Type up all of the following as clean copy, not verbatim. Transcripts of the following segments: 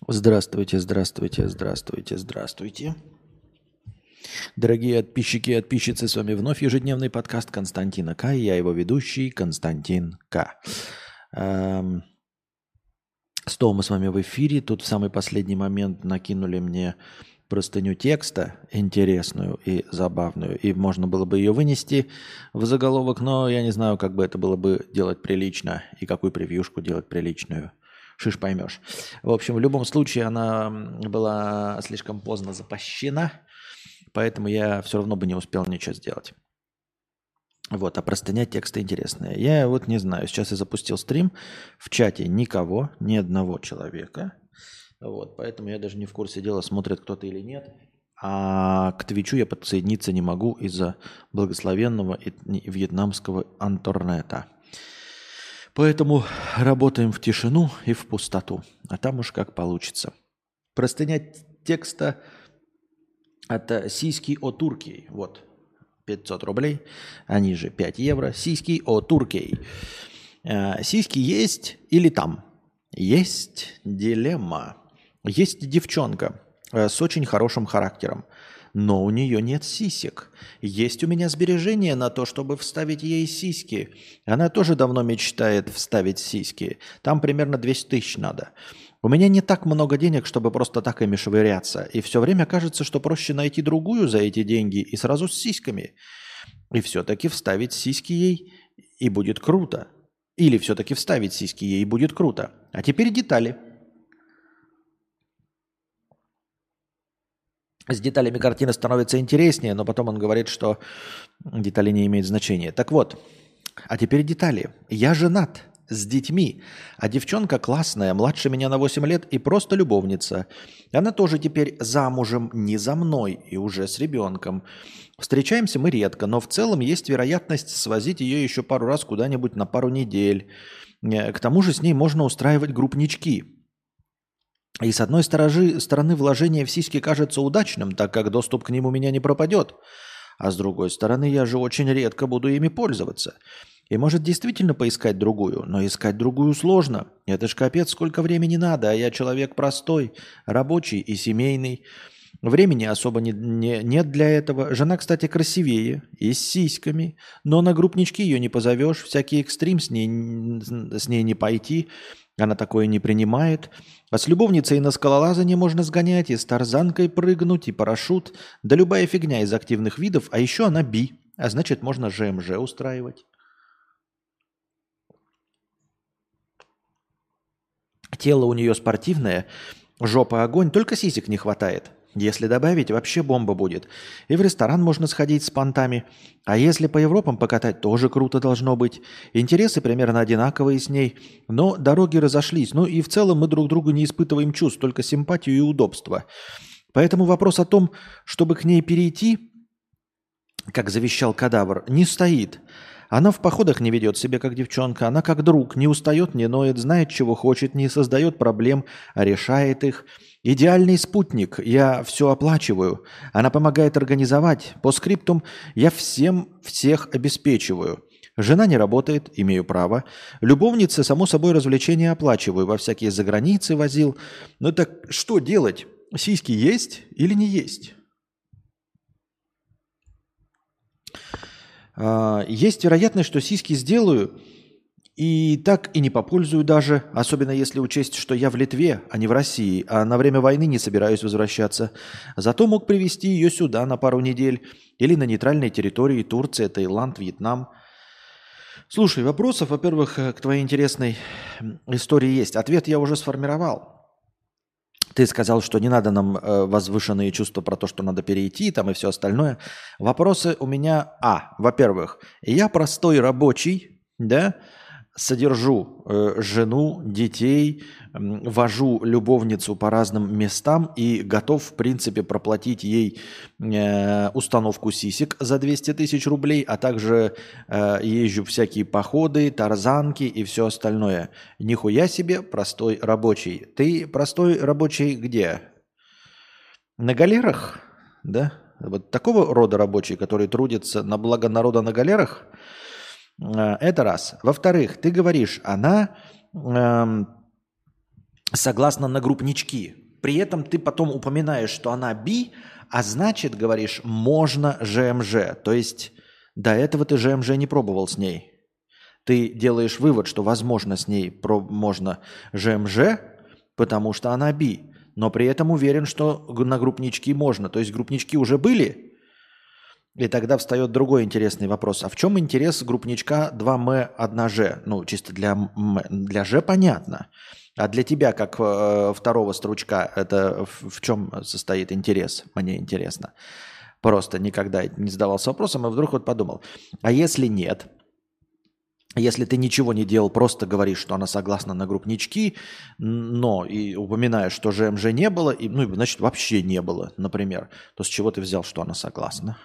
Здравствуйте, здравствуйте, здравствуйте, здравствуйте. Дорогие подписчики и подписчицы, с вами вновь ежедневный подкаст Константина К. И я его ведущий Константин К. Снова мы с вами в эфире. Тут в самый последний момент накинули мне простыню текста интересную и забавную. И можно было бы ее вынести в заголовок, но я не знаю, как бы это было бы делать прилично и какую превьюшку делать приличную. Шиш поймешь. В общем, в любом случае она была слишком поздно запущена, поэтому я все равно бы не успел ничего сделать. Вот, а простыня текста интересная. Я вот не знаю, сейчас я запустил стрим, в чате никого, ни одного человека. Вот, поэтому я даже не в курсе дела, смотрит кто-то или нет. А к Твичу я подсоединиться не могу из-за благословенного вьетнамского интернета. Поэтому работаем в тишину и в пустоту. А там уж как получится. Простыня текста от сиськи о Турции. Вот, 500 рублей, они же 5 евро. Сиськи о Турции. Сиськи есть или там? Есть дилемма. Есть девчонка с очень хорошим характером, но у нее нет сисек. Есть у меня сбережения на то, чтобы вставить ей сиськи. Она тоже давно мечтает вставить сиськи. Там примерно 200 тысяч надо. У меня не так много денег, чтобы просто так ими швыряться. И все время кажется, что проще найти другую за эти деньги и сразу с сиськами. И все-таки вставить сиськи ей, и будет круто. Или все-таки вставить сиськи ей, и будет круто. А теперь детали. С деталями картина становится интереснее, но потом он говорит, что детали не имеют значения. Так вот, а теперь детали. Я женат с детьми, а девчонка классная, младше меня на 8 лет и просто любовница. Она тоже теперь замужем не за мной и уже с ребенком. Встречаемся мы редко, но в целом есть вероятность свозить ее еще пару раз куда-нибудь на пару недель. К тому же с ней можно устраивать группнички. И с одной стороны вложение в сиськи кажется удачным, так как доступ к ним у меня не пропадет. А с другой стороны, я же очень редко буду ими пользоваться. И может действительно поискать другую, но искать другую сложно. Это ж капец, сколько времени надо, а я человек простой, рабочий и семейный. Времени особо нет для этого. Жена, кстати, красивее и с сиськами, но на группнички ее не позовешь, всякий экстрим с ней не пойти. Она такое не принимает. А с любовницей на скалолазание можно сгонять, и с тарзанкой прыгнуть, и парашют. Да любая фигня из активных видов. А еще она би. А значит, можно ЖМЖ устраивать. Тело у нее спортивное, жопа огонь, только сисек не хватает. Если добавить, вообще бомба будет. И в ресторан можно сходить с понтами. А если по Европам покатать, тоже круто должно быть. Интересы примерно одинаковые с ней, но дороги разошлись. Ну и в целом мы друг другу не испытываем чувств, только симпатию и удобство. Поэтому вопрос о том, чтобы к ней перейти, как завещал кадавр, не стоит. Она в походах не ведет себя как девчонка, она как друг, не устает, не ноет, знает, чего хочет, не создает проблем, а решает их. Идеальный спутник, я все оплачиваю. Она помогает организовать. По скриптум я всех обеспечиваю. Жена не работает, имею право. Любовница, само собой, развлечения оплачиваю. Во всякие заграницы возил. Ну так что делать? Сиськи есть или не есть? Есть вероятность, что сиськи сделаю и так и не попользую даже, особенно если учесть, что я в Литве, а не в России, а на время войны не собираюсь возвращаться. Зато мог привезти ее сюда на пару недель или на нейтральной территории Турция, Таиланд, Вьетнам. Слушай, вопросов, во-первых, к твоей интересной истории есть. Ответ я уже сформировал. Ты сказал, что не надо нам возвышенные чувства про то, что надо перейти там и все остальное. Вопросы у меня. Во-первых, я простой рабочий, да, содержу жену, детей, вожу любовницу по разным местам и готов, в принципе, проплатить ей установку сисек за 200 тысяч рублей, а также езжу в всякие походы, тарзанки и все остальное. Нихуя себе простой рабочий. Ты простой рабочий где? На галерах? Да? Вот такого рода рабочий, который трудится на благо народа на галерах – это раз. Во-вторых, ты говоришь, она согласна на группнички. При этом ты потом упоминаешь, что она би, а значит, говоришь, можно ЖМЖ. То есть до этого ты ЖМЖ не пробовал с ней. Ты делаешь вывод, что возможно с ней можно ЖМЖ, потому что она би. Но при этом уверен, что на группнички можно. То есть группнички уже были. И тогда встает другой интересный вопрос. А в чем интерес группничка 2М, 1Ж? Ну, чисто для Ж понятно. А для тебя, как второго стручка, это в чем состоит интерес? Мне интересно. Просто никогда не задавался вопросом, и вдруг вот подумал. А если нет? Если ты ничего не делал, просто говоришь, что она согласна на группнички, но и упоминаешь, что ЖМЖ не было, и, ну, значит, вообще не было, например, то с чего ты взял, что она согласна?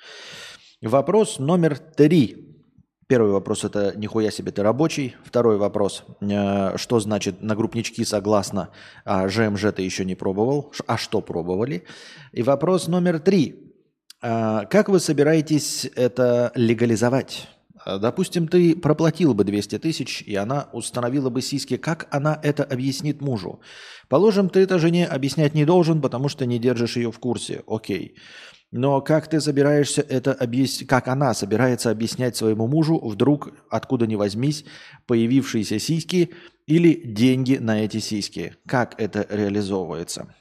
Вопрос номер 3. Первый вопрос – это «Нихуя себе ты рабочий». Второй вопрос – что значит «на группнички согласно», а ЖМЖ ты еще не пробовал, а что пробовали? И вопрос номер 3. Как вы собираетесь это легализовать? Допустим, ты проплатил бы 200 тысяч, и она установила бы сиськи. Как она это объяснит мужу? Положим, ты это жене объяснять не должен, потому что не держишь ее в курсе. Окей. Но как ты собираешься это объяснить, как она собирается объяснять своему мужу вдруг, откуда ни возьмись, появившиеся сиськи или деньги на эти сиськи? Как это реализовывается?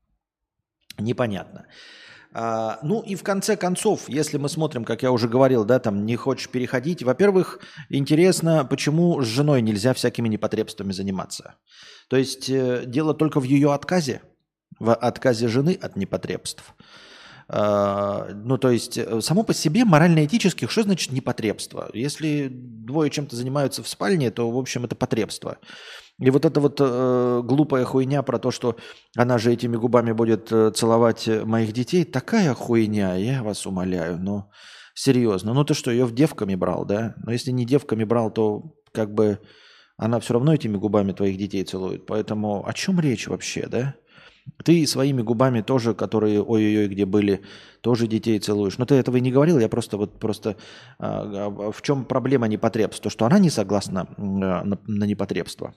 Непонятно. Ну и в конце концов, если мы смотрим, как я уже говорил, да, там не хочешь переходить, во-первых, интересно, почему с женой нельзя всякими непотребствами заниматься. То есть дело только в ее отказе, в отказе жены от непотребств. Ну, то есть, само по себе морально-этических, что значит непотребство? Если двое чем-то занимаются в спальне, то, в общем, это потребство. И вот эта вот глупая хуйня про то, что она же этими губами будет целовать моих детей, такая хуйня, я вас умоляю, ну, серьезно. Ну, ты что, ее в девками брал, да? Но если не девками брал, то как бы она все равно этими губами твоих детей целует. Поэтому о чем речь вообще, да? Ты своими губами тоже, которые ой-ой-ой, где были, тоже детей целуешь. Но ты этого и не говорил, я просто в чем проблема непотребства? То, что она не согласна на непотребство.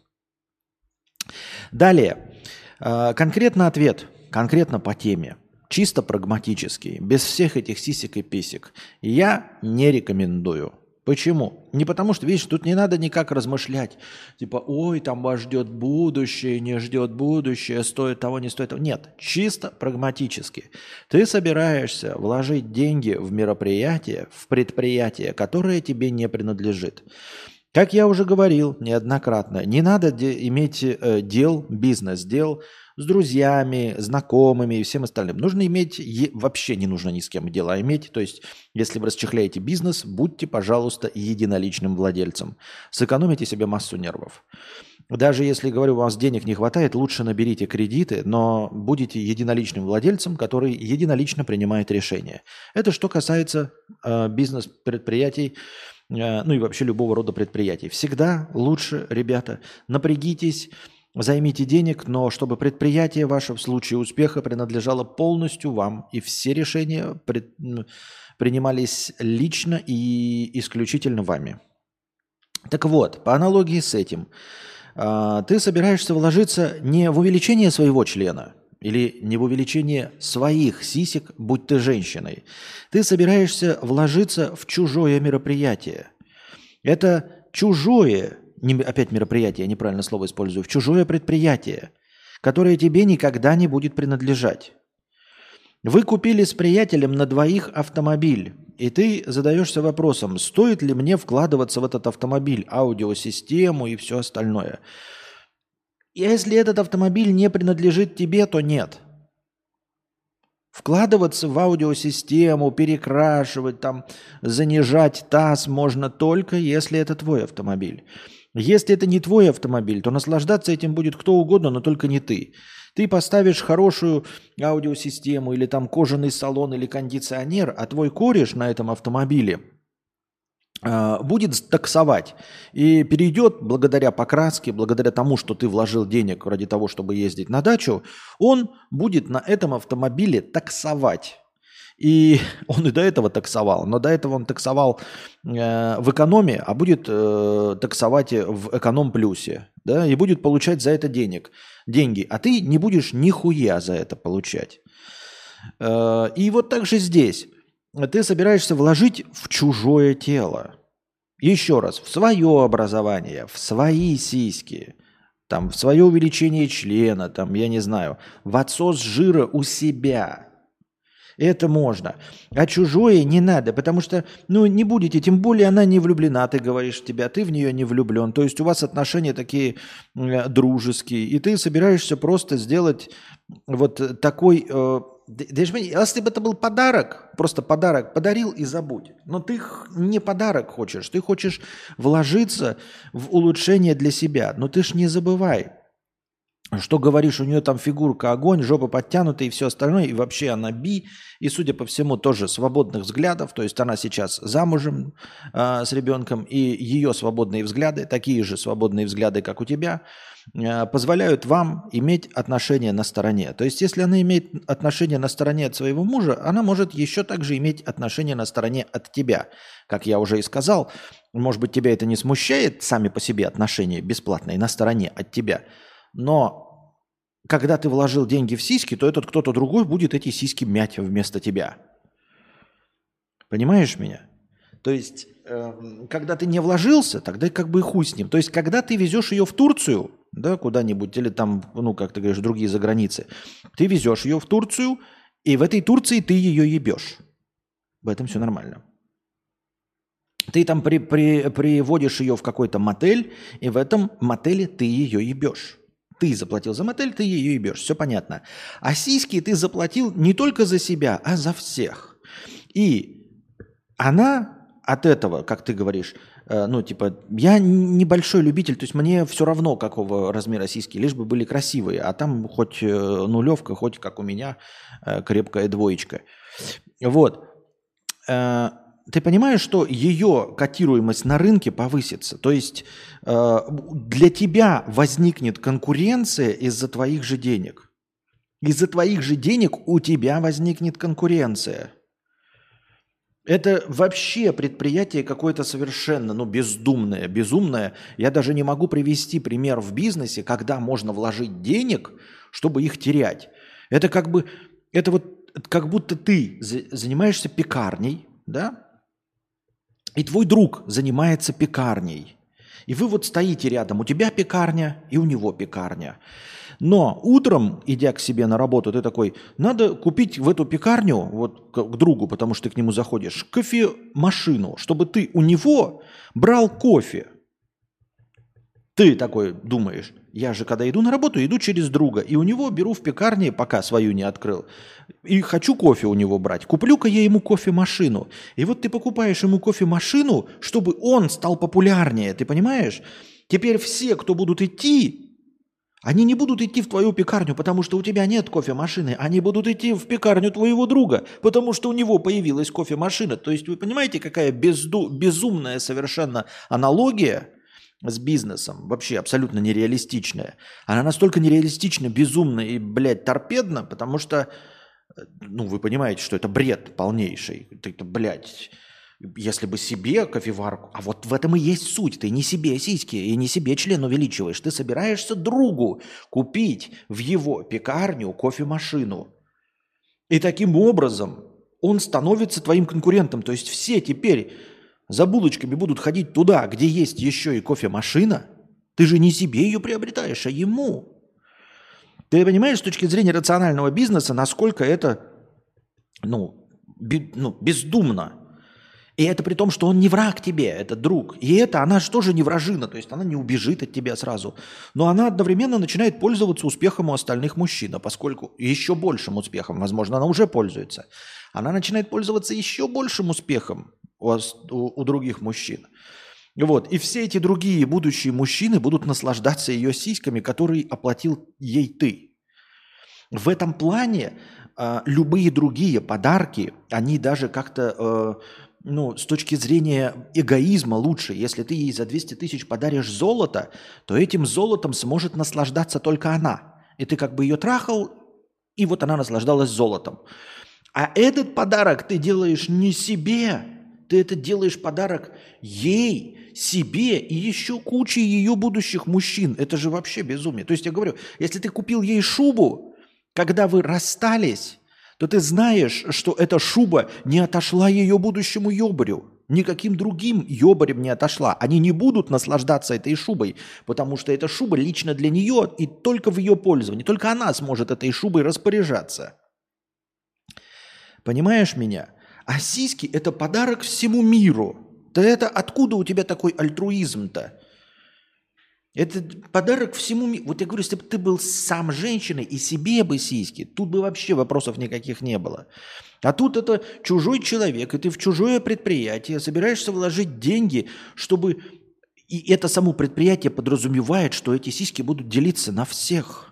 Далее. Конкретно ответ, конкретно по теме. Чисто прагматический, без всех этих сисек и писек. Я не рекомендую. Почему? Не потому что, видишь, тут не надо никак размышлять. Типа, ой, там вас ждет будущее, не ждет будущее, стоит того, не стоит того. Нет, чисто прагматически. Ты собираешься вложить деньги в мероприятие, в предприятие, которое тебе не принадлежит. Как я уже говорил неоднократно, не надо иметь бизнес-дел с друзьями, знакомыми и всем остальным. Нужно иметь, вообще не нужно ни с кем дела иметь. То есть, если вы расчехляете бизнес, будьте, пожалуйста, единоличным владельцем. Сэкономите себе массу нервов. Даже если, говорю, у вас денег не хватает, лучше наберите кредиты, но будете единоличным владельцем, который единолично принимает решения. Это что касается бизнес-предприятий, ну и вообще любого рода предприятий. Всегда лучше, ребята, напрягитесь, займите денег, но чтобы предприятие ваше в случае успеха принадлежало полностью вам, и все решения принимались лично и исключительно вами. Так вот, по аналогии с этим, ты собираешься вложиться не в увеличение своего члена или не в увеличение своих сисек, будь ты женщиной. Ты собираешься вложиться в чужое мероприятие. Это чужое, опять мероприятие, я неправильно слово использую, в чужое предприятие, которое тебе никогда не будет принадлежать. Вы купили с приятелем на двоих автомобиль, и ты задаешься вопросом, стоит ли мне вкладываться в этот автомобиль, аудиосистему и все остальное. Если этот автомобиль не принадлежит тебе, то нет. Вкладываться в аудиосистему, перекрашивать, там, занижать таз можно только, если это твой автомобиль. Если это не твой автомобиль, то наслаждаться этим будет кто угодно, но только не ты. Ты поставишь хорошую аудиосистему или там кожаный салон или кондиционер, а твой кореш на этом автомобиле будет таксовать и перейдет благодаря покраске, благодаря тому, что ты вложил денег ради того, чтобы ездить на дачу, он будет на этом автомобиле таксовать. И он и до этого таксовал, но до этого он таксовал в экономе, а будет таксовать в эконом-плюсе. да, и будет получать за это деньги, а ты не будешь нихуя за это получать. И вот так же здесь. Ты собираешься вложить в чужое тело. Еще раз, в свое образование, в свои сиськи, там, в свое увеличение члена, там, я не знаю, в отсос жира у себя. Это можно. А чужое не надо, потому что, ну, не будете, тем более она не влюблена, ты говоришь в тебя, ты в нее не влюблен. То есть у вас отношения такие дружеские, и ты собираешься просто сделать вот такой... если бы это был подарок, просто подарок, подарил и забудь. Но ты не подарок хочешь, ты хочешь вложиться в улучшение для себя. Но ты ж не забывай, что говоришь, у нее там фигурка огонь, жопа подтянутая и все остальное, и вообще она би, и, судя по всему, тоже свободных взглядов, то есть она сейчас замужем с ребенком, и ее свободные взгляды, такие же свободные взгляды, как у тебя, позволяют вам иметь отношения на стороне. То есть если она имеет отношения на стороне от своего мужа, она может еще также иметь отношения на стороне от тебя. Как я уже и сказал, может быть, тебя это не смущает, сами по себе отношения бесплатные на стороне от тебя, но когда ты вложил деньги в сиськи, то этот кто-то другой будет эти сиськи мять вместо тебя. Понимаешь меня? То есть, когда ты не вложился, тогда как бы и хуй с ним. То есть, когда ты везешь ее в Турцию, да, куда-нибудь, или там, ну, как ты говоришь, другие заграницы, ты везешь ее в Турцию, и в этой Турции ты ее ебешь. В этом все нормально. Ты там приводишь ее в какой-то мотель, и в этом мотеле ты ее ебешь. Ты заплатил за мотель, ты ее ебешь, все понятно. А сиськи ты заплатил не только за себя, а за всех. И она от этого, как ты говоришь, ну, типа, я небольшой любитель, то есть мне все равно, какого размера сиськи, лишь бы были красивые, а там хоть нулевка, хоть, как у меня, крепкая двоечка. Вот. Ты понимаешь, что ее котируемость на рынке повысится? То есть для тебя возникнет конкуренция из-за твоих же денег. Из-за твоих же денег у тебя возникнет конкуренция. Это вообще предприятие какое-то совершенно, ну, безумное. Я даже не могу привести пример в бизнесе, когда можно вложить денег, чтобы их терять. Это как бы, это вот как будто ты занимаешься пекарней, да? И твой друг занимается пекарней. И вы вот стоите рядом, у тебя пекарня и у него пекарня. Но утром, идя к себе на работу, ты такой, надо купить в эту пекарню, вот к другу, потому что ты к нему заходишь, кофемашину, чтобы ты у него брал кофе. Ты такой думаешь, я же когда иду на работу, иду через друга, и у него беру в пекарне, пока свою не открыл, и хочу кофе у него брать. Куплю-ка я ему кофемашину. И вот ты покупаешь ему кофемашину, чтобы он стал популярнее, ты понимаешь? Теперь все, кто будут идти, они не будут идти в твою пекарню, потому что у тебя нет кофемашины. Они будут идти в пекарню твоего друга, потому что у него появилась кофемашина. То есть вы понимаете, какая безумная совершенно аналогия с бизнесом, вообще абсолютно нереалистичная. Она настолько нереалистична, безумна и, блядь, торпедна, потому что, ну, вы понимаете, что это бред полнейший. Это, блядь, если бы себе кофеварку... А вот в этом и есть суть. Ты не себе сиськи и не себе член увеличиваешь. Ты собираешься другу купить в его пекарню кофемашину. И таким образом он становится твоим конкурентом. То есть все теперь за булочками будут ходить туда, где есть еще и кофемашина. Ты же не себе ее приобретаешь, а ему. Ты понимаешь, с точки зрения рационального бизнеса, насколько это бездумно. И это при том, что он не враг тебе, это друг. И это она же тоже не вражина, то есть она не убежит от тебя сразу. Но она одновременно начинает пользоваться успехом у остальных мужчин, а поскольку еще большим успехом, возможно, она уже пользуется, она начинает пользоваться еще большим успехом у других мужчин. Вот. И все эти другие будущие мужчины будут наслаждаться ее сиськами, которые оплатил ей ты. В этом плане любые другие подарки, они даже как-то... с точки зрения эгоизма лучше. Если ты ей за 200 тысяч подаришь золото, то этим золотом сможет наслаждаться только она. И ты как бы ее трахал, и вот она наслаждалась золотом. А этот подарок ты делаешь не себе, Ты это делаешь подарок ей, себе и еще куче ее будущих мужчин. Это же вообще безумие. То есть я говорю, если ты купил ей шубу, когда вы расстались, то ты знаешь, что эта шуба не отошла ее будущему ёбарю. Никаким другим ёбарем не отошла. Они не будут наслаждаться этой шубой, потому что эта шуба лично для нее и только в ее пользовании. Только она сможет этой шубой распоряжаться. Понимаешь меня? А сиськи – это подарок всему миру. Да это откуда у тебя такой альтруизм-то? Это подарок всему миру. Вот я говорю, если бы ты был сам женщиной и себе бы сиськи, тут бы вообще вопросов никаких не было. А тут это чужой человек, и ты в чужое предприятие собираешься вложить деньги, чтобы... И это само предприятие подразумевает, что эти сиськи будут делиться на всех.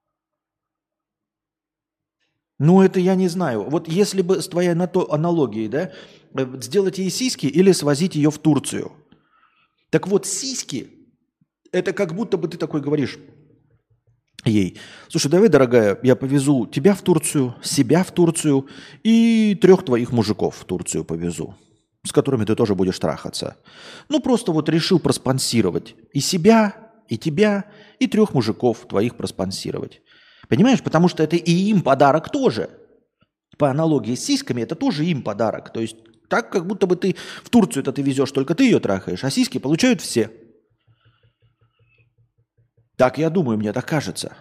Ну, это я не знаю. Вот если бы с твоей аналогией, да, сделать ей сиськи или свозить ее в Турцию. Так вот, сиськи, это как будто бы ты такой говоришь ей: слушай, давай, дорогая, я повезу тебя в Турцию, себя в Турцию и 3 твоих мужиков в Турцию повезу, с которыми ты тоже будешь трахаться. Ну, просто вот решил проспонсировать и себя, и тебя, и 3 мужиков твоих проспонсировать. Понимаешь? Потому что это и им подарок тоже. По аналогии с сиськами, это тоже им подарок. То есть так, как будто бы ты в Турцию-то ты везешь, только ты ее трахаешь, а сиськи получают все. Так я думаю, мне так кажется.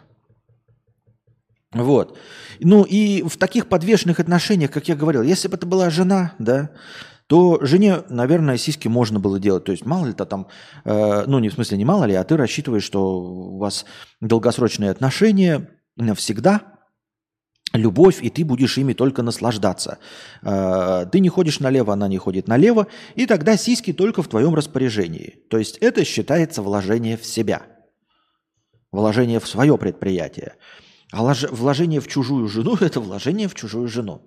Вот. Ну и в таких подвешенных отношениях, как я говорил, если бы это была жена, да, то жене, наверное, сиськи можно было делать. То есть мало ли-то там, ну не в смысле не мало ли, а ты рассчитываешь, что у вас долгосрочные отношения навсегда, любовь, и ты будешь ими только наслаждаться. Ты не ходишь налево, она не ходит налево, и тогда сиськи только в твоем распоряжении. То есть это считается вложение в себя, вложение в свое предприятие. А вложение в чужую жену – это вложение в чужую жену.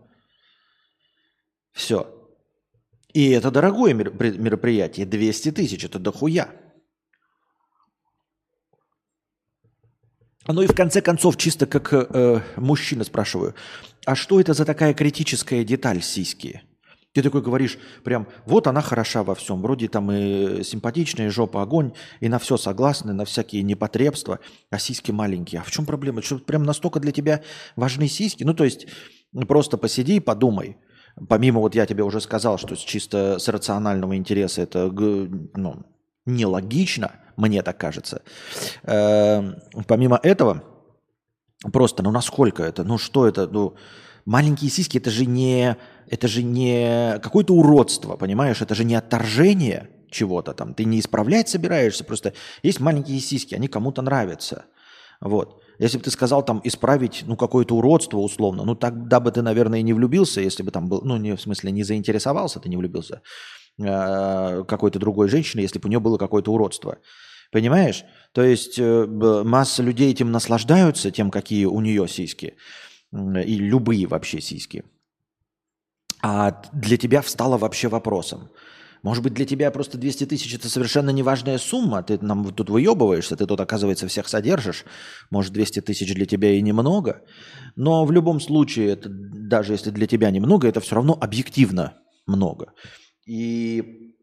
Все. И это дорогое мероприятие. 200 тысяч – это дохуя. Ну и в конце концов, чисто как мужчина спрашиваю, а что это за такая критическая деталь сиськи? Ты такой говоришь, прям, вот она хороша во всем, вроде там и симпатичная, и жопа огонь, и на все согласны, на всякие непотребства, а сиськи маленькие. А в чем проблема? Что прям настолько для тебя важны сиськи? Ну то есть просто посиди и подумай. Помимо, вот я тебе уже сказал, что чисто с рационального интереса это ну, нелогично, мне так кажется. Помимо этого, просто, ну насколько это, ну что это, ну маленькие сиськи, это же не какое-то уродство, понимаешь, это же не отторжение чего-то там, ты не исправлять собираешься, просто есть маленькие сиськи, они кому-то нравятся, вот. Если бы ты сказал там исправить, ну, какое-то уродство условно, ну, тогда бы ты, наверное, и не влюбился, если бы там был, ну, не в смысле не заинтересовался, ты не влюбился какой-то другой женщине, если бы у нее было какое-то уродство. Понимаешь? То есть масса людей этим наслаждаются, тем, какие у нее сиськи, и любые вообще сиськи. А для тебя встало вообще вопросом. Может быть, для тебя просто 200 тысяч – это совершенно неважная сумма, ты нам тут выебываешься, ты тут, оказывается, всех содержишь. Может, 200 тысяч для тебя и немного. Но в любом случае, это, даже если для тебя немного, это все равно объективно много. И,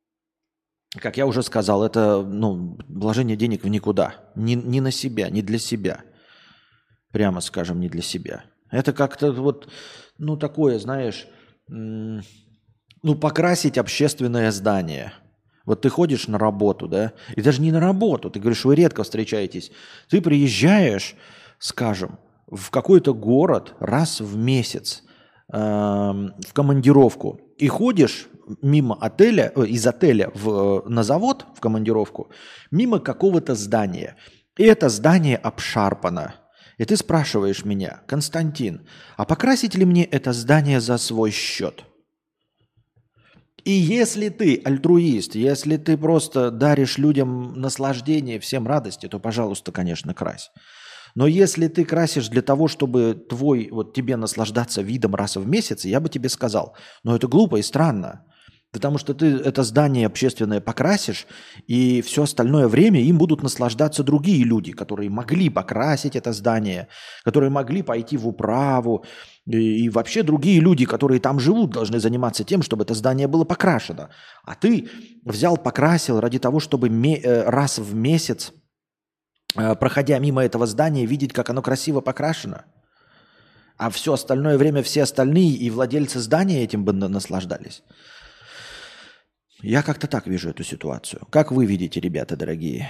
как я уже сказал, это вложение денег в никуда. Не на себя, не для себя. Прямо скажем, не для себя. Это как-то вот, такое, знаешь, покрасить общественное здание. Вот ты ходишь на работу, да, и даже не на работу, ты говоришь, вы редко встречаетесь. Ты приезжаешь, скажем, в какой-то город раз в месяц в командировку и ходишь мимо отеля, из отеля на завод в командировку, мимо какого-то здания. И это здание обшарпано. И ты спрашиваешь меня, Константин, а покрасить ли мне это здание за свой счет? И если ты альтруист, если ты просто даришь людям наслаждение, всем радости, то, пожалуйста, конечно, крась. Но если ты красишь для того, чтобы тебе наслаждаться видом раз в месяц, я бы тебе сказал, это глупо и странно. Потому что ты это здание общественное покрасишь, и все остальное время им будут наслаждаться другие люди, которые могли покрасить это здание, которые могли пойти в управу. И вообще другие люди, которые там живут, должны заниматься тем, чтобы это здание было покрашено. А ты взял, покрасил ради того, чтобы раз в месяц, проходя мимо этого здания, видеть, как оно красиво покрашено. А все остальное время все остальные и владельцы здания этим бы наслаждались. Я как-то так вижу эту ситуацию. Как вы видите, ребята дорогие?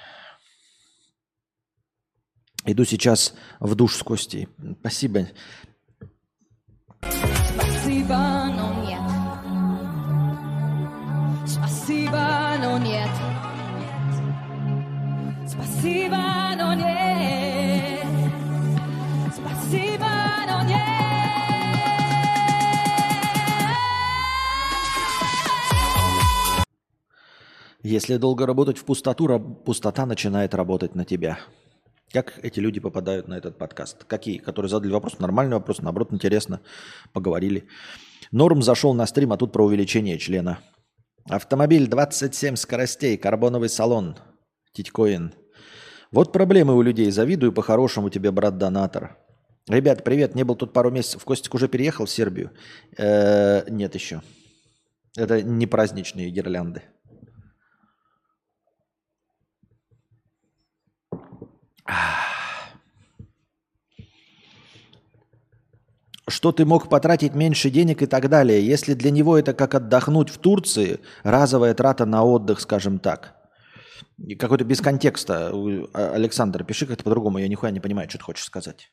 Иду сейчас в душ с Костей. Спасибо. Спасибо, но нет. Спасибо, но нет. Спасибо, но нет. Спасибо, но нет. Если долго работать в пустоту, пустота начинает работать на тебя. Как эти люди попадают на этот подкаст? Какие? Которые задали вопрос, нормальный вопрос, наоборот, интересно, поговорили. Норм зашел на стрим, а тут про увеличение члена. Автомобиль 27 скоростей, карбоновый салон, Титькоин. Вот проблемы у людей, завидую по-хорошему тебе, брат-донатор. Ребят, привет, не был тут пару месяцев. Костик уже переехал в Сербию? Нет еще. Это не праздничные гирлянды. Что ты мог потратить меньше денег и так далее, если для него это как отдохнуть в Турции, разовая трата на отдых, скажем так. Какой-то без контекста. Александр, пиши как-то по-другому, я нихуя не понимаю, что ты хочешь сказать.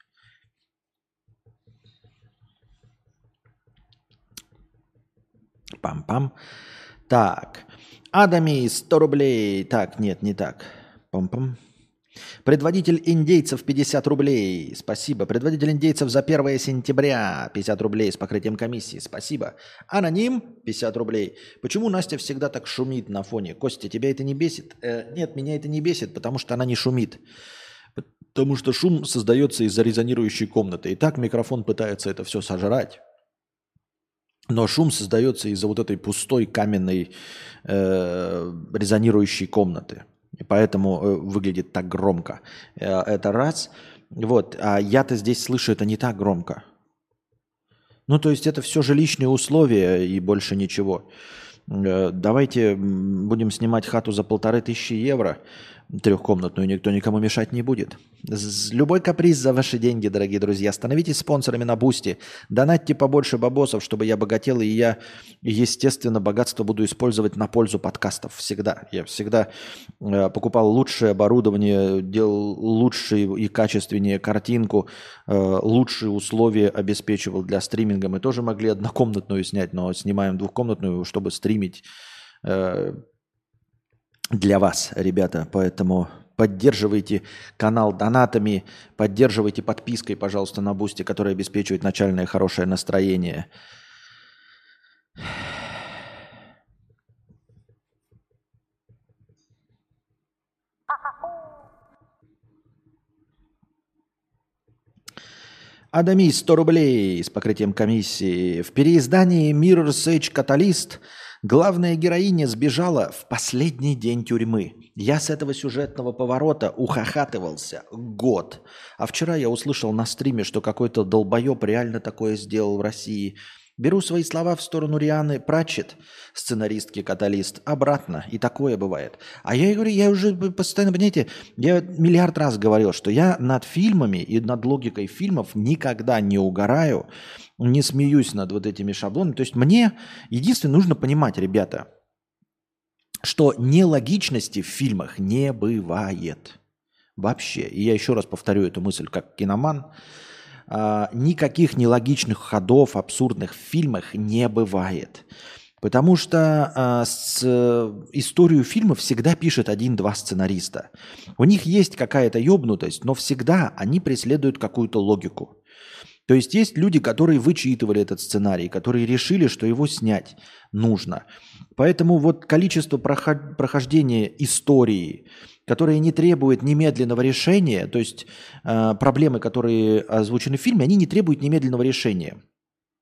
Пам-пам. Так. Адами, 100 рублей. Так, нет, не так. Пам-пам. Предводитель индейцев 50 рублей. Спасибо. Предводитель индейцев за 1 сентября 50 рублей с покрытием комиссии. Спасибо. Аноним 50 рублей. Почему Настя всегда так шумит на фоне? Костя, тебя это не бесит? Нет, меня это не бесит, потому что она не шумит. Потому что шум создается из-за резонирующей комнаты. И так микрофон пытается это все сожрать. Но шум создается из-за вот этой пустой каменной резонирующей комнаты. И поэтому выглядит так громко. Это раз. Вот. А я-то здесь слышу это не так громко. Ну, то есть это все жилищные условия и больше ничего. Давайте будем снимать хату за 1500 евро, трехкомнатную, никто никому мешать не будет. Любой каприз за ваши деньги, дорогие друзья. Становитесь спонсорами на Бусти. Донатьте побольше бабосов, чтобы я богател, и я, естественно, богатство буду использовать на пользу подкастов. Всегда. Я всегда покупал лучшее оборудование, делал лучшую и качественнее картинку, лучшие условия обеспечивал для стриминга. Мы тоже могли однокомнатную снять, но снимаем двухкомнатную, чтобы стримить для вас, ребята. Поэтому поддерживайте канал донатами, поддерживайте подпиской, пожалуйста, на Бусти, которая обеспечивает начальное хорошее настроение. Адамис, 100 рублей с покрытием комиссии. В переиздании Mirror's Edge Catalyst главная героиня сбежала в последний день тюрьмы. Я с этого сюжетного поворота ухахатывался год. А вчера я услышал на стриме, что какой-то долбоеб реально такое сделал в России. Беру свои слова в сторону Рианы Пратчетт, сценаристки «Каталист», обратно. И такое бывает. А я говорю, я уже постоянно, понимаете, я миллиард раз говорил, что я над фильмами и над логикой фильмов никогда не угораю, не смеюсь над вот этими шаблонами. То есть мне единственное нужно понимать, ребята, что нелогичности в фильмах не бывает вообще. И я еще раз повторю эту мысль как киноман. Никаких нелогичных ходов, абсурдных в фильмах не бывает. Потому что историю фильма всегда пишет один-два сценариста. У них есть какая-то ёбнутость, но всегда они преследуют какую-то логику. То есть есть люди, которые вычитывали этот сценарий, которые решили, что его снять нужно. Поэтому вот количество прохождения истории, которые не требуют немедленного решения, то есть проблемы, которые озвучены в фильме, они не требуют немедленного решения.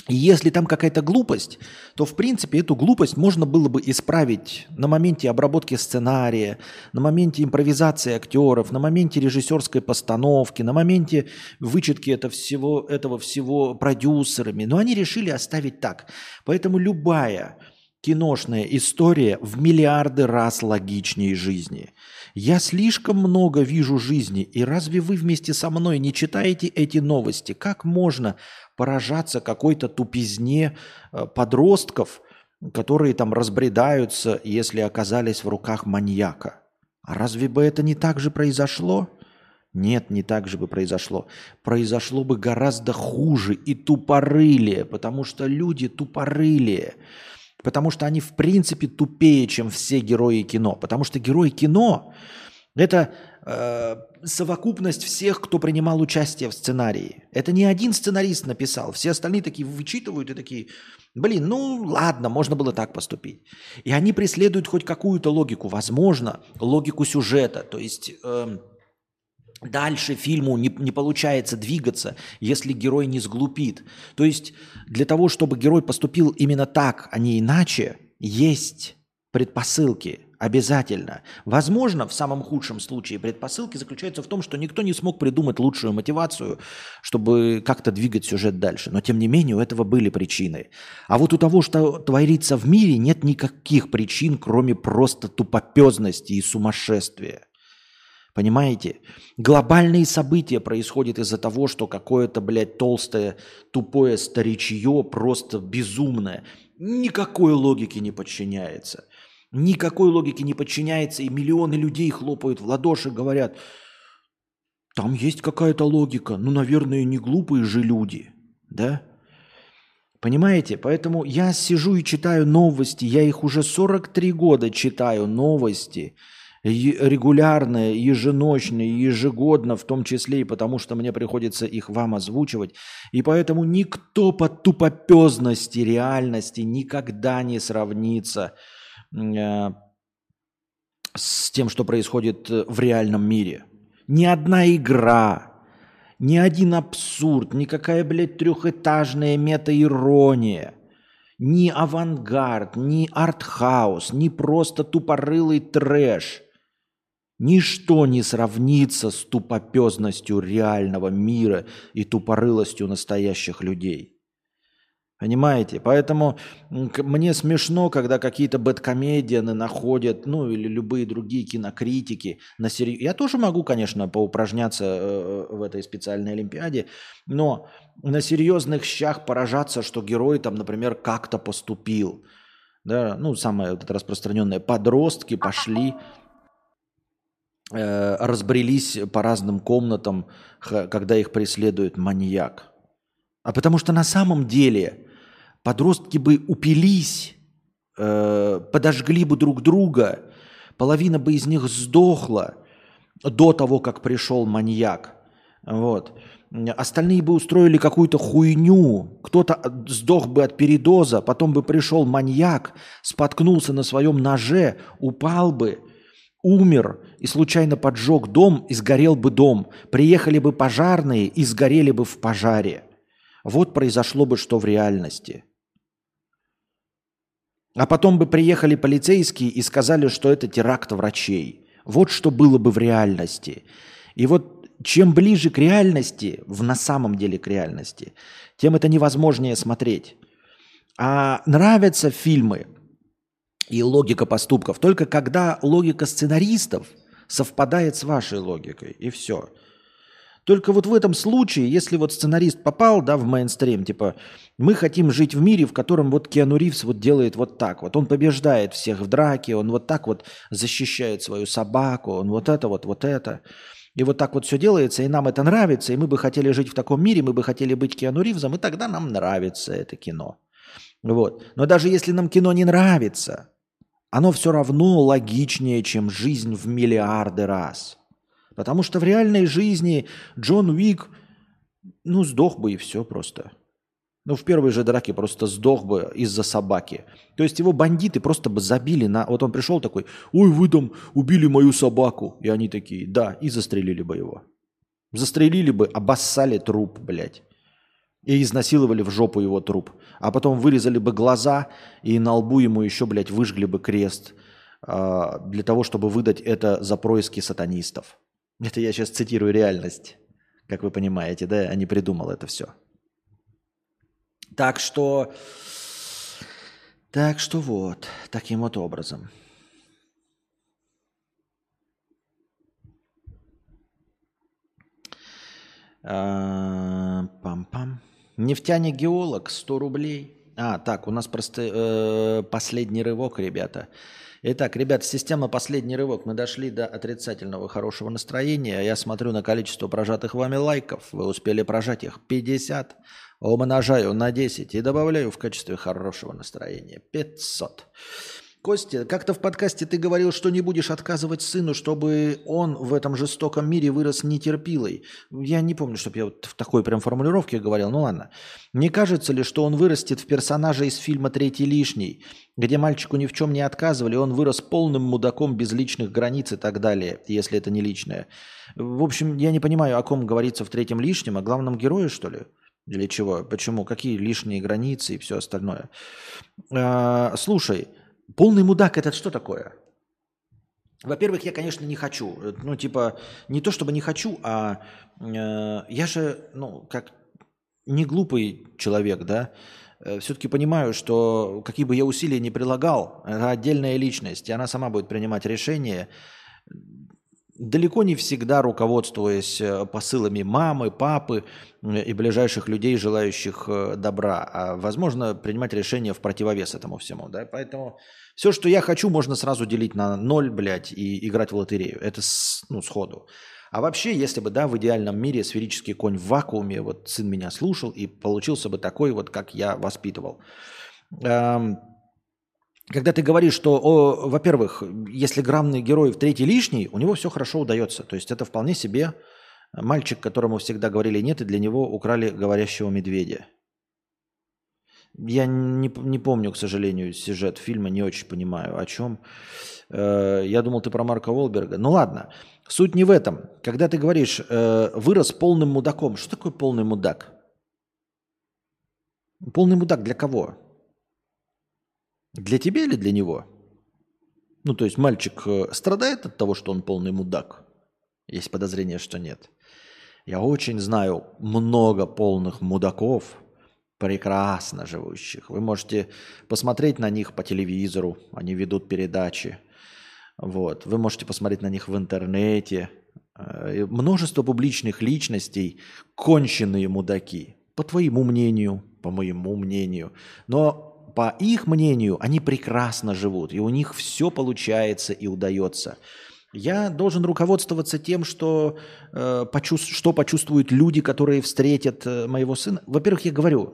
И если там какая-то глупость, то, в принципе, эту глупость можно было бы исправить на моменте обработки сценария, на моменте импровизации актеров, на моменте режиссерской постановки, на моменте вычетки этого всего продюсерами. Но они решили оставить так. Поэтому любая киношная история в миллиарды раз логичнее жизни. Я слишком много вижу жизни, и разве вы вместе со мной не читаете эти новости? Как можно поражаться какой-то тупизне подростков, которые там разбредаются, если оказались в руках маньяка? А разве бы это не так же произошло? Нет, не так же бы произошло. Произошло бы гораздо хуже и тупорылее, потому что люди тупорылее. Потому что они в принципе тупее, чем все герои кино. Потому что герои кино – это совокупность всех, кто принимал участие в сценарии. Это не один сценарист написал. Все остальные такие вычитывают и такие, блин, ну ладно, можно было так поступить. И они преследуют хоть какую-то логику. Возможно, логику сюжета. То есть дальше фильму не получается двигаться, если герой не сглупит. То есть для того, чтобы герой поступил именно так, а не иначе, есть предпосылки обязательно. Возможно, в самом худшем случае предпосылки заключаются в том, что никто не смог придумать лучшую мотивацию, чтобы как-то двигать сюжет дальше. Но тем не менее у этого были причины. А вот у того, что творится в мире, нет никаких причин, кроме просто тупопезности и сумасшествия. Понимаете? Глобальные события происходят из-за того, что какое-то, блядь, толстое, тупое старичье, просто безумное, никакой логике не подчиняется. Никакой логике не подчиняется, и миллионы людей хлопают в ладоши, говорят, там есть какая-то логика, ну, наверное, не глупые же люди, да? Понимаете? Поэтому я сижу и читаю новости, я их уже 43 года читаю, новости, регулярно, еженочно, ежегодно, в том числе и потому, что мне приходится их вам озвучивать. И поэтому никто по тупопезности реальности никогда не сравнится с тем, что происходит в реальном мире. Ни одна игра, ни один абсурд, никакая, блядь, трехэтажная мета-ирония, ни авангард, ни артхаус, ни просто тупорылый трэш. Ничто не сравнится с тупопезностью реального мира и тупорылостью настоящих людей. Понимаете? Поэтому мне смешно, когда какие-то бэдкомедианы находят, ну или любые другие кинокритики на Я тоже могу, конечно, поупражняться в этой специальной олимпиаде, но на серьезных щах поражаться, что герой там, например, как-то поступил. Да? Ну, самое вот это распространенное. Подростки пошли, разбрелись по разным комнатам, когда их преследует маньяк. А потому что на самом деле подростки бы упились, подожгли бы друг друга, половина бы из них сдохла до того, как пришел маньяк. Вот. Остальные бы устроили какую-то хуйню, кто-то сдох бы от передоза, потом бы пришел маньяк, споткнулся на своем ноже, упал бы, умер и случайно поджег дом, и сгорел бы дом. Приехали бы пожарные и сгорели бы в пожаре. Вот произошло бы что в реальности. А потом бы приехали полицейские и сказали, что это теракт врачей. Вот что было бы в реальности. И вот чем ближе к реальности, на самом деле к реальности, тем это невозможнее смотреть. А нравятся фильмы и логика поступков только когда логика сценаристов совпадает с вашей логикой. И все. Только вот в этом случае, если вот сценарист попал, да, в мейнстрим, типа, мы хотим жить в мире, в котором вот Киану Ривз вот делает вот так вот. Он побеждает всех в драке, он вот так вот защищает свою собаку, он вот это вот, вот это. И вот так вот все делается, и нам это нравится, и мы бы хотели жить в таком мире, мы бы хотели быть Киану Ривзом, и тогда нам нравится это кино. Вот. Но даже если нам кино не нравится, оно все равно логичнее, чем жизнь в миллиарды раз. Потому что в реальной жизни Джон Уик, ну, сдох бы и все просто. Ну, в первой же драке просто сдох бы из-за собаки. То есть его бандиты просто бы забили на... Вот он пришел такой, ой, вы там убили мою собаку. И они такие, да, и застрелили бы его. Застрелили бы, обоссали труп, блядь. и изнасиловали в жопу его труп. А потом вырезали бы глаза и на лбу ему еще, блядь, выжгли бы крест для того, чтобы выдать это за происки сатанистов. Это я сейчас цитирую реальность, как вы понимаете, да? Я не придумал это все. Так что вот, таким вот образом. Пам-пам. Нефтяник-геолог, 100 рублей. Так, у нас просто последний рывок, ребята. Итак, ребята, система «Последний рывок». Мы дошли до отрицательного хорошего настроения. Я смотрю на количество прожатых вами лайков. Вы успели прожать их 50. Умножаю на 10 и добавляю в качестве хорошего настроения 500. Костя, как-то в подкасте ты говорил, что не будешь отказывать сыну, чтобы он в этом жестоком мире вырос нетерпилой. Я не помню, чтобы я вот в такой прям формулировке говорил. Ну ладно. Не кажется ли, что он вырастет в персонажа из фильма «Третий лишний», где мальчику ни в чем не отказывали, он вырос полным мудаком без личных границ и так далее, если это не личное. В общем, я не понимаю, о ком говорится в «Третьем лишнем», о главном герое, что ли? Или чего? Почему? Какие лишние границы и все остальное? Слушай, полный мудак – это что такое? Во-первых, я, конечно, не хочу. Ну, типа, не то чтобы не хочу, а я же, как не глупый человек, да, все-таки понимаю, что какие бы я усилия ни прилагал, это отдельная личность, и она сама будет принимать решения, далеко не всегда руководствуясь посылами мамы, папы и ближайших людей, желающих добра, а, возможно, принимать решения в противовес этому всему, да, поэтому все, что я хочу, можно сразу делить на 0, блядь, и играть в лотерею, это сходу. А вообще, если бы, да, в идеальном мире сферический конь в вакууме, вот сын меня слушал, и получился бы такой вот, как я воспитывал. Когда ты говоришь, что, во-первых, если главный герой в «Третий лишний», у него все хорошо удается. То есть это вполне себе мальчик, которому всегда говорили «нет», и для него украли говорящего медведя. Я не помню, к сожалению, сюжет фильма, не очень понимаю, о чем. Я думал, ты про Марка Уолберга. Ну ладно, суть не в этом. Когда ты говоришь «вырос полным мудаком», что такое полный мудак? Полный мудак для кого? Для тебя или для него? Ну, то есть мальчик страдает от того, что он полный мудак? Есть подозрение, что нет. Я очень знаю много полных мудаков, прекрасно живущих. Вы можете посмотреть на них по телевизору, они ведут передачи. Вот. Вы можете посмотреть на них в интернете. Множество публичных личностей, конченые мудаки. По твоему мнению, по моему мнению. Но по их мнению, они прекрасно живут, и у них все получается и удается. Я должен руководствоваться тем, что почувствуют люди, которые встретят моего сына. Во-первых, я говорю,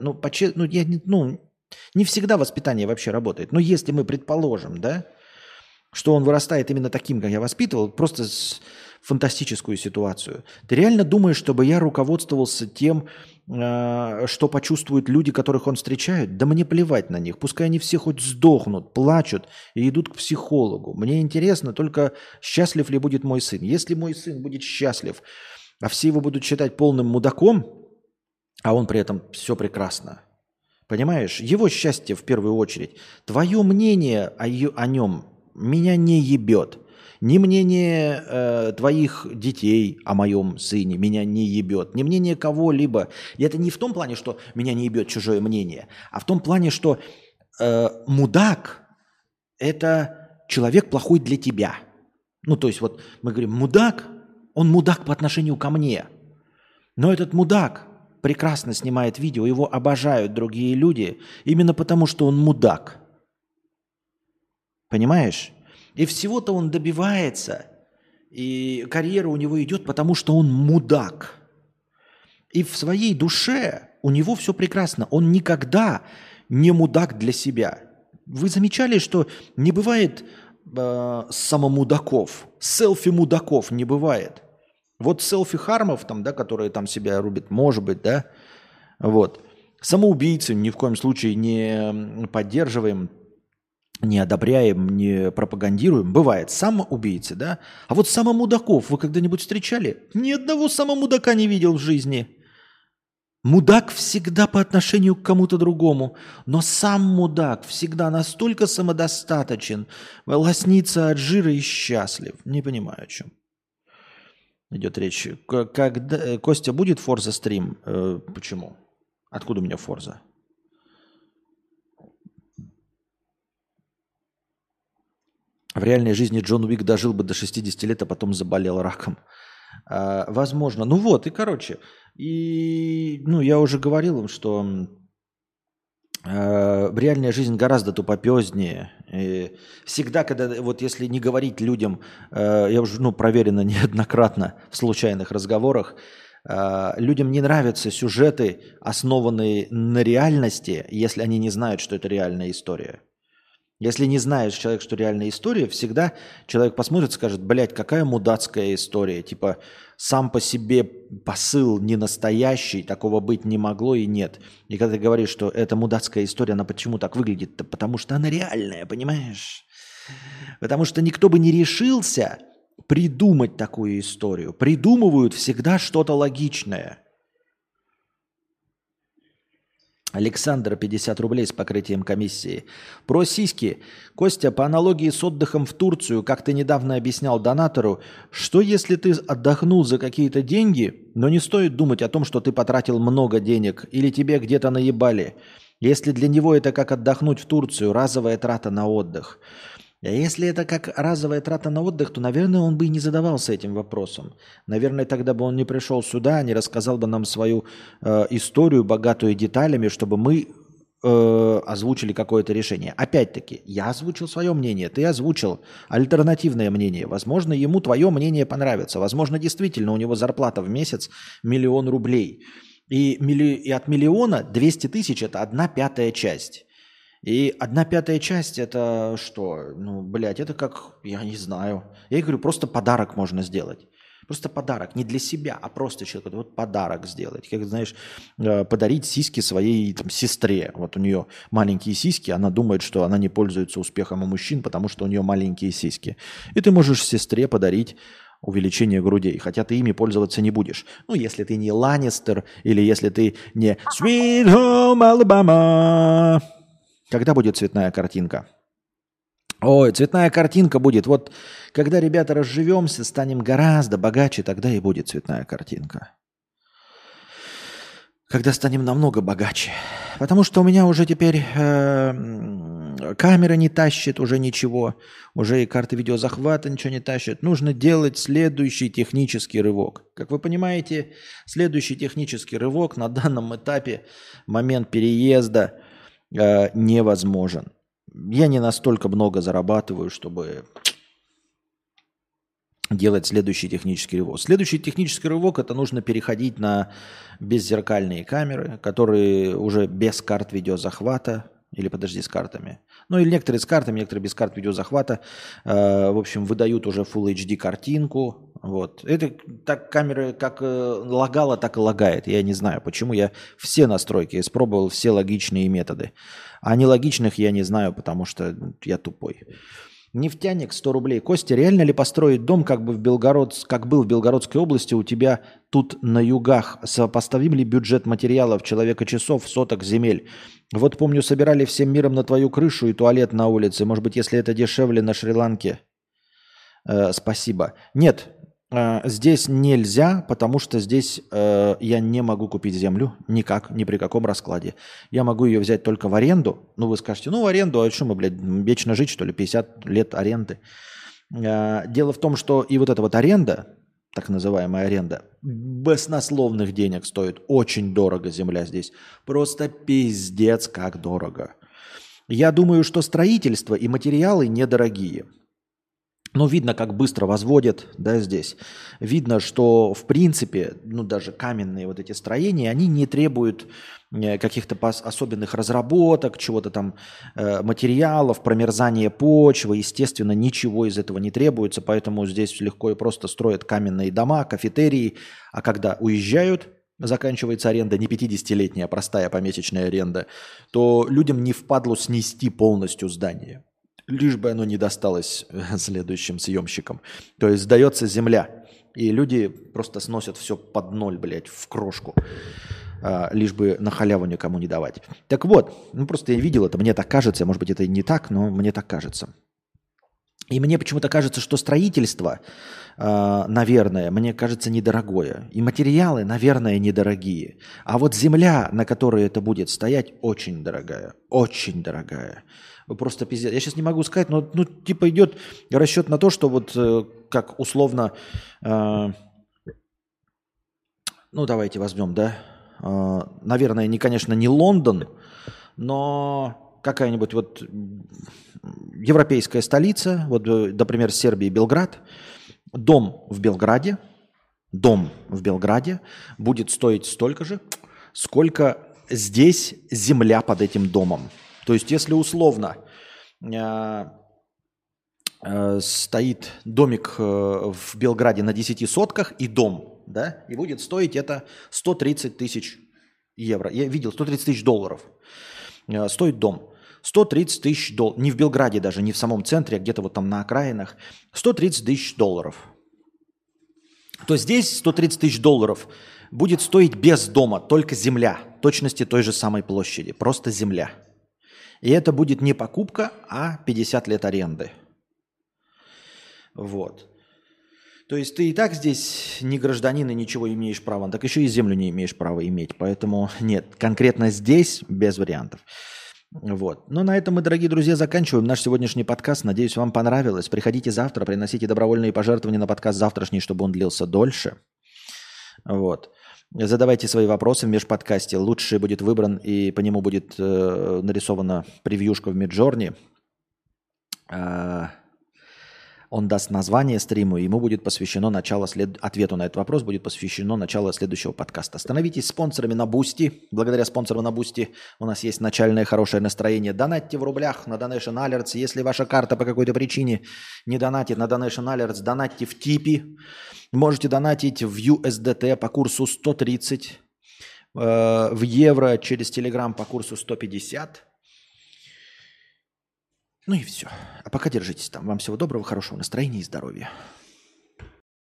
не всегда воспитание вообще работает. Но если мы предположим, да, что он вырастает именно таким, как я воспитывал, просто фантастическую ситуацию. Ты реально думаешь, чтобы я руководствовался тем, что почувствуют люди, которых он встречает? Да мне плевать на них. Пускай они все хоть сдохнут, плачут и идут к психологу. Мне интересно только, счастлив ли будет мой сын. Если мой сын будет счастлив, а все его будут считать полным мудаком, а он при этом все прекрасно. Понимаешь? Его счастье в первую очередь. Твое мнение о нем меня не ебет. Ни мнение твоих детей о моем сыне меня не ебет, ни мнение кого-либо. И это не в том плане, что меня не ебет чужое мнение, а в том плане, что мудак – это человек плохой для тебя. Ну, то есть вот мы говорим, мудак, он мудак по отношению ко мне. Но этот мудак прекрасно снимает видео, его обожают другие люди именно потому, что он мудак. Понимаешь? И всего-то он добивается, и карьера у него идет, потому что он мудак. И в своей душе у него все прекрасно. Он никогда не мудак для себя. Вы замечали, что не бывает самомудаков, селфи-мудаков не бывает. Вот селфи-хармов, там, да, которые там себя рубят, может быть, да, вот. Самоубийцы ни в коем случае не поддерживаем, не одобряем, не пропагандируем. Бывает самоубийцы, да? А вот самомудаков вы когда-нибудь встречали? Ни одного самомудака не видел в жизни. Мудак всегда по отношению к кому-то другому, но сам мудак всегда настолько самодостаточен, лоснится от жира и счастлив. Не понимаю, о чем идет речь. Когда Костя будет Форза стрим? Почему? Откуда у меня Форза? В реальной жизни Джон Уик дожил бы до 60 лет, а потом заболел раком. Возможно. Ну вот, и короче. И, я уже говорил им, что реальная жизнь гораздо тупопезнее. И всегда, когда, вот если не говорить людям, я уже, проверено неоднократно в случайных разговорах, людям не нравятся сюжеты, основанные на реальности, если они не знают, что это реальная история. Если не знаешь человек, что реальная история, всегда человек посмотрит и скажет, блядь, какая мудацкая история. Типа сам по себе посыл не настоящий, такого быть не могло и нет. И когда ты говоришь, что это мудацкая история, она почему так выглядит-то? Потому что она реальная, понимаешь? Потому что никто бы не решился придумать такую историю. Придумывают всегда что-то логичное. Александр, 50 рублей с покрытием комиссии. Про сиськи. Костя, по аналогии с отдыхом в Турцию, как ты недавно объяснял донатору, что если ты отдохнул за какие-то деньги, но не стоит думать о том, что ты потратил много денег или тебе где-то наебали. Если для него это как отдохнуть в Турцию, разовая трата на отдых. А если это как разовая трата на отдых, то, наверное, он бы и не задавался этим вопросом. Наверное, тогда бы он не пришел сюда, не рассказал бы нам свою историю, богатую деталями, чтобы мы озвучили какое-то решение. Опять-таки, я озвучил свое мнение, ты озвучил альтернативное мнение. Возможно, ему твое мнение понравится. Возможно, действительно, у него зарплата в месяц 1 000 000 рублей. И от 1 000 000 200 000 – это 1/5 часть. И 1/5 часть это что? Это как, я не знаю. Я говорю, просто подарок можно сделать. Просто подарок, не для себя, а просто человеку. Вот подарок сделать. Как, знаешь, подарить сиськи своей сестре. Вот у нее маленькие сиськи, она думает, что она не пользуется успехом у мужчин, потому что у нее маленькие сиськи. И ты можешь сестре подарить увеличение грудей, хотя ты ими пользоваться не будешь. Если ты не Ланнистер или если ты не Sweet Home Alabama. Когда будет цветная картинка? Ой, цветная картинка будет. Вот когда, ребята, разживемся, станем гораздо богаче, тогда и будет цветная картинка. Когда станем намного богаче. Потому что у меня уже теперь камера не тащит уже ничего. Уже и карты видеозахвата ничего не тащит. Нужно делать следующий технический рывок. Как вы понимаете, следующий технический рывок на данном этапе, момент переезда, невозможен. Я не настолько много зарабатываю, чтобы делать следующий технический рывок. Следующий технический рывок – это нужно переходить на беззеркальные камеры, которые уже без карт видеозахвата, или подожди, с картами. Или некоторые с картами, некоторые без карт видеозахвата. В общем, выдают уже Full HD картинку. Вот. Это так камера как лагала, так и лагает. Я не знаю, почему. Я все настройки испробовал, все логичные методы. А нелогичных я не знаю, потому что я тупой. Нефтяник, 100 рублей. Костя, реально ли построить дом, как был в Белгородской области, у тебя тут на югах? Сопоставим ли бюджет материалов, человека-часов, соток, земель? Вот помню, собирали всем миром на твою крышу и туалет на улице. Может быть, если это дешевле на Шри-Ланке? Спасибо. Нет, здесь нельзя, потому что здесь я не могу купить землю никак, ни при каком раскладе. Я могу ее взять только в аренду. Вы скажете, в аренду, а что мы, вечно жить, что ли, 50 лет аренды? Дело в том, что и вот эта вот аренда, так называемая аренда, баснословных денег стоит. Очень дорого земля здесь. Просто пиздец как дорого. Я думаю, что строительство и материалы недорогие. Видно, как быстро возводят, здесь. Видно, что, в принципе, даже каменные вот эти строения, они не требуют каких-то особенных разработок, чего-то там, материалов, промерзания почвы. Естественно, ничего из этого не требуется, поэтому здесь легко и просто строят каменные дома, кафетерии. А когда уезжают, заканчивается аренда не 50-летняя, а простая помесячная аренда, то людям не впадло снести полностью здание. Лишь бы оно не досталось следующим съемщикам. То есть сдается земля, и люди просто сносят все под ноль, в крошку. лишь бы на халяву никому не давать. Так вот, ну просто я видел это, мне так кажется, может быть, это и не так, но мне так кажется. И мне почему-то кажется, что строительство, наверное, мне кажется, недорогое. И материалы, наверное, недорогие. А вот земля, на которой это будет стоять, очень дорогая. Очень дорогая. Просто пиздец. Я сейчас не могу сказать, но ну, типа идет расчет на то, что вот как условно, ну давайте возьмем, да, наверное, не, конечно, не Лондон, но какая-нибудь вот европейская столица, вот, например, Сербии, Белград, дом в Белграде будет стоить столько же, сколько здесь земля под этим домом. То есть, если условно стоит домик в Белграде на 10 сотках и дом, да, и будет стоить это 130 тысяч евро. Я видел, 130 тысяч долларов стоит дом. 130 тысяч долларов. Не в Белграде даже, не в самом центре, а где-то вот там на окраинах. 130 тысяч долларов. То здесь 130 тысяч долларов будет стоить без дома, только земля. Точности той же самой площади. Просто земля. И это будет не покупка, а 50 лет аренды. Вот. То есть ты и так здесь не гражданин и ничего имеешь права, так еще и землю не имеешь права иметь. Поэтому нет, конкретно здесь без вариантов. Вот. Ну, на этом мы, дорогие друзья, заканчиваем наш сегодняшний подкаст. Надеюсь, вам понравилось. Приходите завтра, приносите добровольные пожертвования на подкаст завтрашний, чтобы он длился дольше. Вот. Задавайте свои вопросы в межподкасте. Лучший будет выбран, и по нему будет нарисована превьюшка в Миджорни. Он даст название стриму, и ему будет посвящено ответу на этот вопрос будет посвящено начало следующего подкаста. Становитесь спонсорами на Бусти. Благодаря спонсорам на Бусти у нас есть начальное хорошее настроение. Донатьте в рублях на Donation Alerts. Если ваша карта по какой-то причине не донатит на Donation Alerts, донатьте в Типи. Можете донатить в USDT по курсу 130, в евро через Telegram по курсу 150. Ну и все. А пока держитесь там. Вам всего доброго, хорошего настроения и здоровья.